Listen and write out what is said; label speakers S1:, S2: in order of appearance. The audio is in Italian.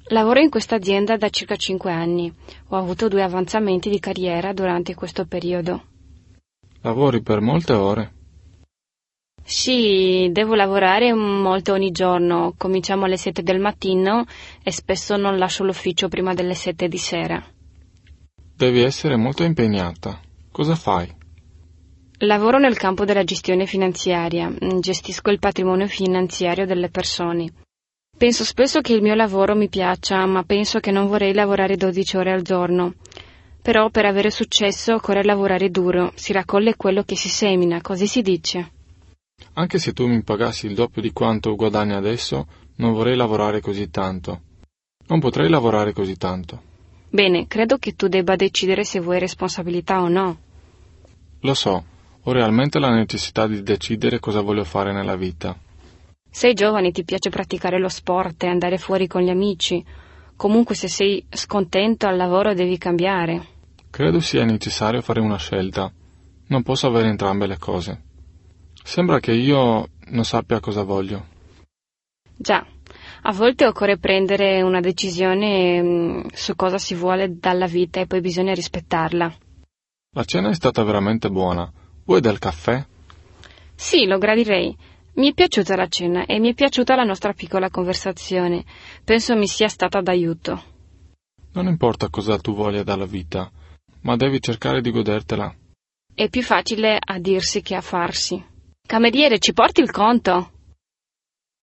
S1: Lavoro in questa azienda da circa 5 anni. Ho avuto 2 avanzamenti di carriera durante questo periodo.
S2: Lavori per molte ore?
S1: Sì, devo lavorare molto ogni giorno. Cominciamo alle 7 del mattino e spesso non lascio l'ufficio prima delle 7 di sera.
S2: Devi essere molto impegnata. Cosa fai?
S1: Lavoro nel campo della gestione finanziaria. Gestisco il patrimonio finanziario delle persone. Penso spesso che il mio lavoro mi piaccia, ma penso che non vorrei lavorare 12 ore al giorno. Però per avere successo occorre lavorare duro, si raccoglie quello che si semina, così si dice.
S2: Anche se tu mi pagassi il doppio di quanto guadagni adesso, non vorrei lavorare così tanto. Non potrei lavorare così tanto.
S1: Bene, credo che tu debba decidere se vuoi responsabilità o no.
S2: Lo so, ho realmente la necessità di decidere cosa voglio fare nella vita.
S1: Sei giovane, ti piace praticare lo sport e andare fuori con gli amici. Comunque se sei scontento al lavoro devi cambiare.
S2: Credo sia necessario fare una scelta. Non posso avere entrambe le cose. Sembra che io non sappia cosa voglio.
S1: Già, a volte occorre prendere una decisione su cosa si vuole dalla vita e poi bisogna rispettarla.
S2: La cena è stata veramente buona. Vuoi del caffè?
S1: Sì, lo gradirei. Mi è piaciuta la cena e mi è piaciuta la nostra piccola conversazione. Penso mi sia stata d'aiuto.
S2: Non importa cosa tu voglia dalla vita, ma devi cercare di godertela.
S1: È più facile a dirsi che a farsi. Cameriere, ci porti il conto?